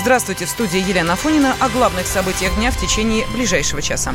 Здравствуйте, в студии Елена Афонина. О главных событиях дня в течение ближайшего часа.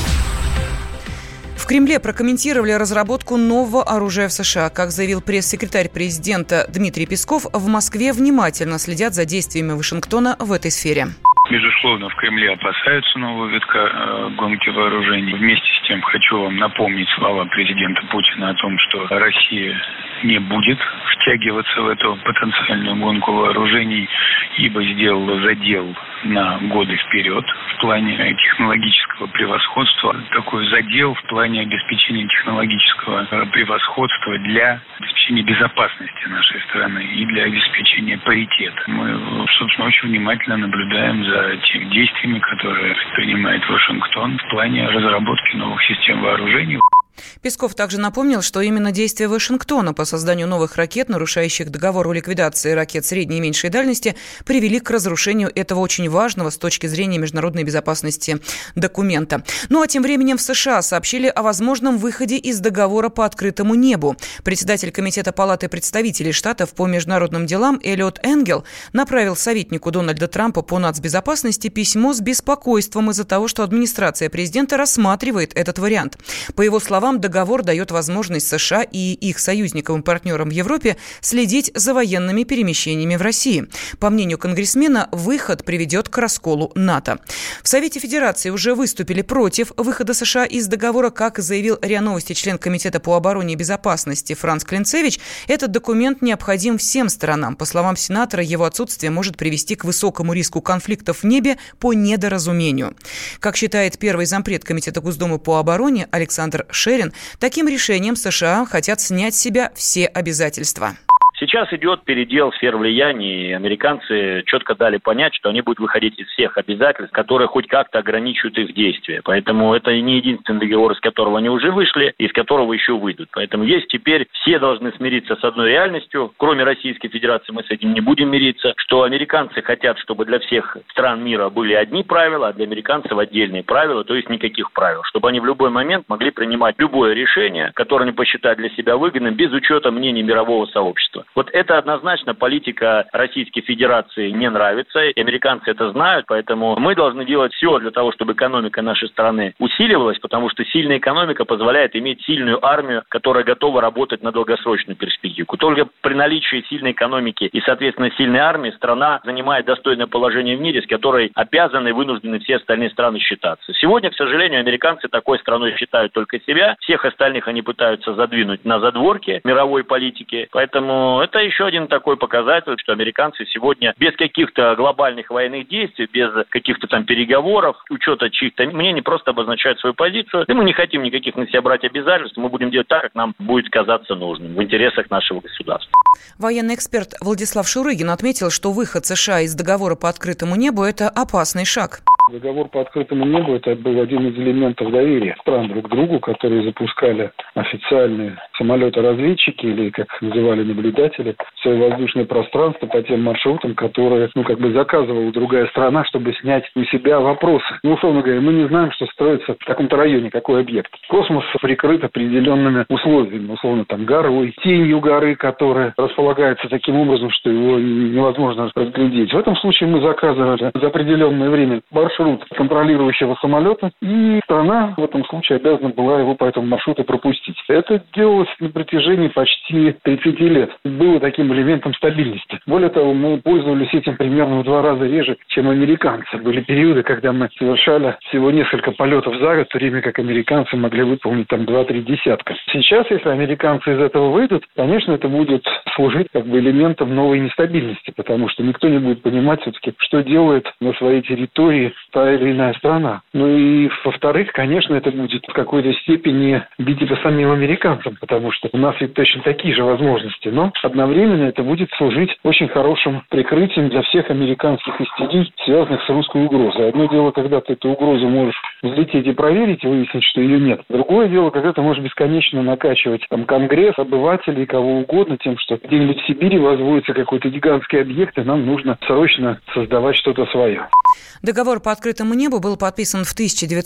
В Кремле прокомментировали разработку нового оружия в США. Как заявил пресс-секретарь президента Дмитрий Песков, в Москве внимательно следят за действиями Вашингтона в этой сфере. Безусловно, в Кремле опасаются нового витка гонки вооружений. Вместе с тем хочу вам напомнить слова президента Путина о том, что Россия не будет втягиваться в эту потенциальную гонку вооружений, ибо сделала задел на годы вперед в плане технологического превосходства. Такой задел в плане обеспечения технологического превосходства для обеспечения безопасности нашей страны и для обеспечения паритета. Мы, собственно, очень внимательно наблюдаем за теми действиями, которые предпринимает Вашингтон в плане разработки новых систем вооружений. Песков также напомнил, что именно действия Вашингтона по созданию новых ракет, нарушающих договор о ликвидации ракет средней и меньшей дальности, привели к разрушению этого очень важного с точки зрения международной безопасности документа. Ну а тем временем в США сообщили о возможном выходе из договора по открытому небу. Председатель Комитета Палаты представителей Штатов по международным делам Эллиот Энгел направил советнику Дональда Трампа по нацбезопасности письмо с беспокойством из-за того, что администрация президента рассматривает этот вариант. По его словам, договор дает возможность США и их союзникам и партнерам в Европе следить за военными перемещениями в России. По мнению конгрессмена, выход приведет к расколу НАТО. В Совете Федерации уже выступили против выхода США из договора. Как заявил РИА Новости член Комитета по обороне и безопасности Франц Клинцевич, этот документ необходим всем сторонам. По словам сенатора, его отсутствие может привести к высокому риску конфликтов в небе по недоразумению. Как считает первый зампред Комитета Госдумы по обороне Александр Шерин, таким решением США хотят снять с себя все обязательства. Сейчас идет передел сфер влияния, и американцы четко дали понять, что они будут выходить из всех обязательств, которые хоть как-то ограничивают их действия. Поэтому это не единственный договор, из которого они уже вышли, и из которого еще выйдут. Поэтому есть теперь все должны смириться с одной реальностью, кроме Российской Федерации мы с этим не будем мириться, что американцы хотят, чтобы для всех стран мира были одни правила, а для американцев отдельные правила, то есть никаких правил, чтобы они в любой момент могли принимать любое решение, которое они посчитают для себя выгодным, без учета мнений мирового сообщества. Вот это однозначно политика Российской Федерации не нравится, и американцы это знают, поэтому мы должны делать все для того, чтобы экономика нашей страны усиливалась, потому что сильная экономика позволяет иметь сильную армию, которая готова работать на долгосрочную перспективу. Только при наличии сильной экономики и, соответственно, сильной армии страна занимает достойное положение в мире, с которой обязаны и вынуждены все остальные страны считаться. Сегодня, к сожалению, американцы такой страной считают только себя, всех остальных они пытаются задвинуть на задворки мировой политики, поэтому это еще один такой показатель, что американцы сегодня без каких-то глобальных военных действий, без каких-то там переговоров, учета чьих-то мнений, просто обозначают свою позицию. И мы не хотим никаких на себя брать обязательств, мы будем делать так, как нам будет казаться нужным, в интересах нашего государства. Военный эксперт Владислав Шурыгин отметил, что выход США из договора по открытому небу – это опасный шаг. Договор по открытому небу – это был один из элементов доверия стран друг к другу, которые запускали официальные самолеты-разведчики, или, как называли наблюдатели, в свое воздушное пространство по тем маршрутам, которые, заказывала другая страна, чтобы снять у себя вопросы. Условно говоря, мы не знаем, что строится в таком-то районе, какой объект. Космос прикрыт определенными условиями, условно, горой, тенью горы, которая располагается таким образом, что его невозможно разглядеть. В этом случае мы заказывали за определенное время маршрут контролирующего самолета, и страна в этом случае обязана была его по этому маршруту пропустить. Это делалось на протяжении почти 30 лет. Было таким элементом стабильности. Более того, мы пользовались этим примерно в 2 раза реже, чем американцы. Были периоды, когда мы совершали всего несколько полетов за год, в то время как американцы могли выполнить 2-3 десятка. Сейчас, если американцы из этого выйдут, конечно, это будет служить элементом новой нестабильности, потому что никто не будет понимать все-таки, что делает на своей территории та или иная страна. И, во-вторых, конечно, это будет в какой-то степени бить по самим американцам, потому что у нас ведь точно такие же возможности, но одновременно это будет служить очень хорошим прикрытием для всех американских истерий, связанных с русской угрозой. Одно дело, когда ты эту угрозу можешь взлететь и проверить, и выяснить, что ее нет. Другое дело, когда ты можешь бесконечно накачивать Конгресс, обывателей, кого угодно, тем, что где-нибудь в Сибири возводится какой-то гигантский объект, и нам нужно срочно создавать что-то свое. Договор по открытому небу был подписан в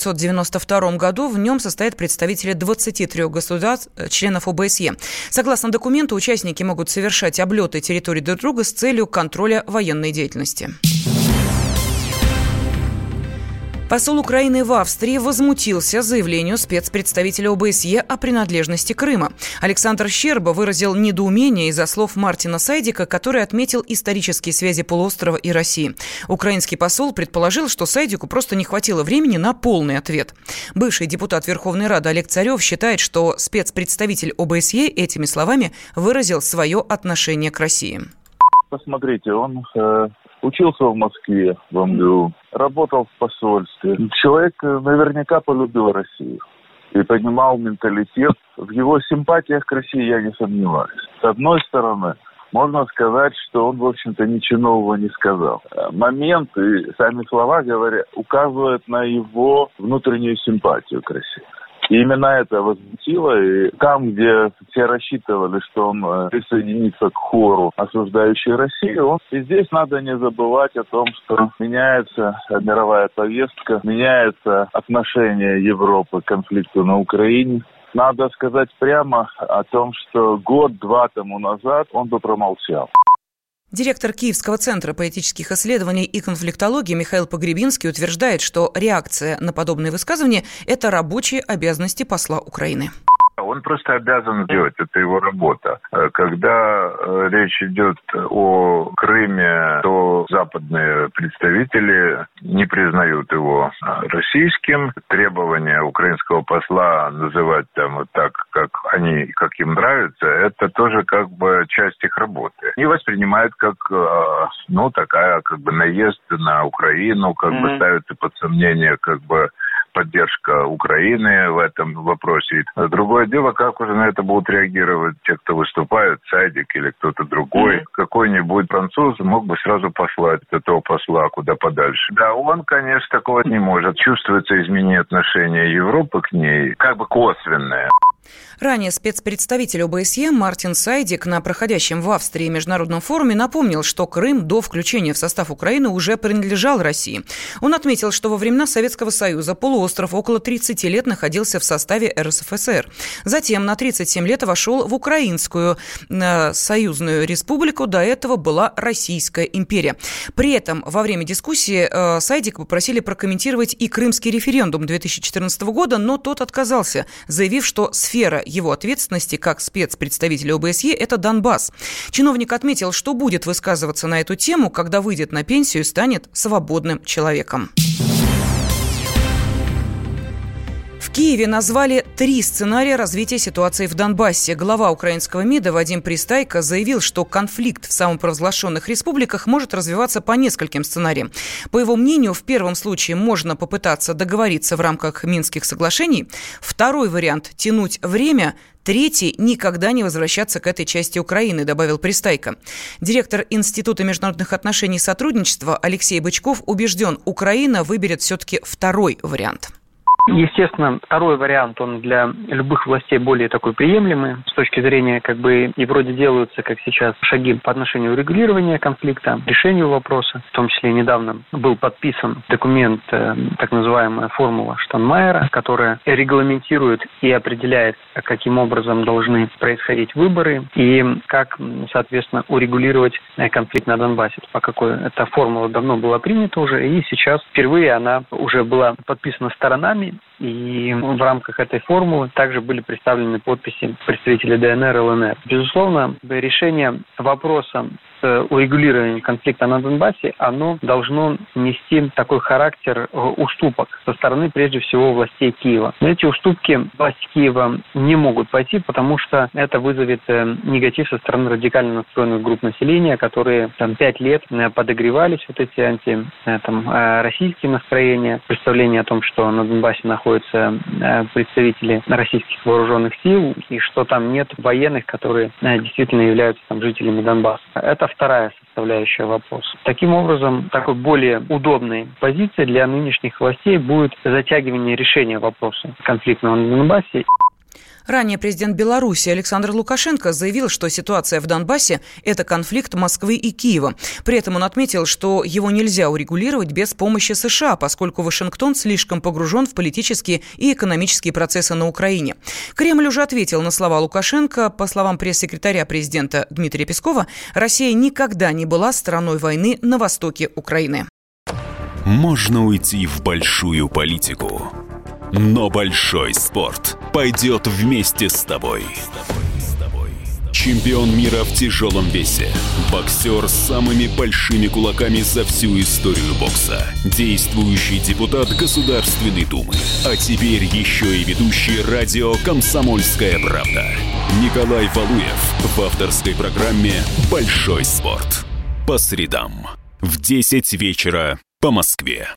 1992 году. В нем состоят представители 23 государств, членов ОБСЕ. Согласно документу, участники могут совершать облеты территорий друг друга с целью контроля военной деятельности. Посол Украины в Австрии возмутился заявлению спецпредставителя ОБСЕ о принадлежности Крыма. Александр Щерба выразил недоумение из-за слов Мартина Сайдика, который отметил исторические связи полуострова и России. Украинский посол предположил, что Сайдику просто не хватило времени на полный ответ. Бывший депутат Верховной Рады Олег Царев считает, что спецпредставитель ОБСЕ этими словами выразил свое отношение к России. Посмотрите, он учился в Москве, в МГУ, работал в посольстве. Человек наверняка полюбил Россию и понимал менталитет. В его симпатиях к России я не сомневаюсь. С одной стороны, можно сказать, что он, в общем-то, ничего нового не сказал. Момент и сами слова, говоря, указывают на его внутреннюю симпатию к России. И именно это возмутило. И там, где все рассчитывали, что он присоединится к хору, осуждающей Россию, и здесь надо не забывать о том, что меняется мировая повестка, меняется отношение Европы к конфликту на Украине. Надо сказать прямо о том, что год-два тому назад он бы промолчал. Директор Киевского центра политических исследований и конфликтологии Михаил Погребинский утверждает, что реакция на подобные высказывания – это рабочие обязанности посла Украины. Он просто обязан делать, это его работа. Когда речь идет о Крыме, то западные представители не признают его российским. Требования украинского посла называть там вот так, как им нравится, это тоже как бы часть их работы. Они воспринимают как, такая как бы наезд на Украину, как бы ставится под сомнение как бы поддержка Украины в этом вопросе. Другое дело, как уже на это будут реагировать те, кто выступает, Сайдик или кто-то другой. Какой-нибудь француз мог бы сразу послать этого посла куда подальше. Да, он, конечно, такого не может. Чувствуется изменение отношения Европы к ней, как бы косвенное. Ранее спецпредставитель ОБСЕ Мартин Сайдик на проходящем в Австрии международном форуме напомнил, что Крым до включения в состав Украины уже принадлежал России. Он отметил, что во времена Советского Союза полуостров около 30 лет находился в составе РСФСР. Затем на 37 лет вошел в Украинскую союзную республику, до этого была Российская империя. При этом во время дискуссии Сайдика попросили прокомментировать и крымский референдум 2014 года, но тот отказался, заявив, что сфера его ответственности как спецпредставителя ОБСЕ – это Донбасс. Чиновник отметил, что будет высказываться на эту тему, когда выйдет на пенсию и станет свободным человеком. В Киеве назвали 3 сценария развития ситуации в Донбассе. Глава украинского МИДа Вадим Пристайко заявил, что конфликт в самопровозглашенных республиках может развиваться по нескольким сценариям. По его мнению, в первом случае можно попытаться договориться в рамках Минских соглашений. Второй вариант – тянуть время. Третий – никогда не возвращаться к этой части Украины, добавил Пристайко. Директор Института международных отношений и сотрудничества Алексей Бычков убежден, Украина выберет все-таки второй вариант. Естественно, второй вариант, он для любых властей более такой приемлемый, с точки зрения, и вроде делаются, как сейчас, шаги по отношению урегулирования конфликта, решению вопроса. В том числе недавно был подписан документ, так называемая формула Штайнмайера, которая регламентирует и определяет, каким образом должны происходить выборы и как, соответственно, урегулировать конфликт на Донбассе. Эта формула давно была принята уже, и сейчас впервые она уже была подписана сторонами. И в рамках этой формулы также были представлены подписи представителей ДНР и ЛНР. Безусловно, решение вопроса с урегулированием конфликта на Донбассе, оно должно нести такой характер уступок со стороны, прежде всего, властей Киева. Но эти уступки власти Киева не могут пойти, потому что это вызовет негатив со стороны радикально настроенных групп населения, которые 5 лет подогревались эти антироссийские настроения, представление о том, что на Донбассе находятся представители российских вооруженных сил и что там нет военных, которые действительно являются жителями Донбасса. Это вторая составляющая вопроса. Таким образом, такой более удобной позицией для нынешних властей будет затягивание решения вопроса конфликтного на Донбассе. Ранее президент Беларуси Александр Лукашенко заявил, что ситуация в Донбассе – это конфликт Москвы и Киева. При этом он отметил, что его нельзя урегулировать без помощи США, поскольку Вашингтон слишком погружен в политические и экономические процессы на Украине. Кремль уже ответил на слова Лукашенко. По словам пресс-секретаря президента Дмитрия Пескова, Россия никогда не была стороной войны на востоке Украины. можно уйти в большую политику. Но большой спорт пойдет вместе с тобой. Чемпион мира в тяжелом весе. Боксер с самыми большими кулаками за всю историю бокса. Действующий депутат Государственной Думы. А теперь еще и ведущий радио «Комсомольская правда». Николай Валуев в авторской программе «Большой спорт». По средам в 10 вечера по Москве.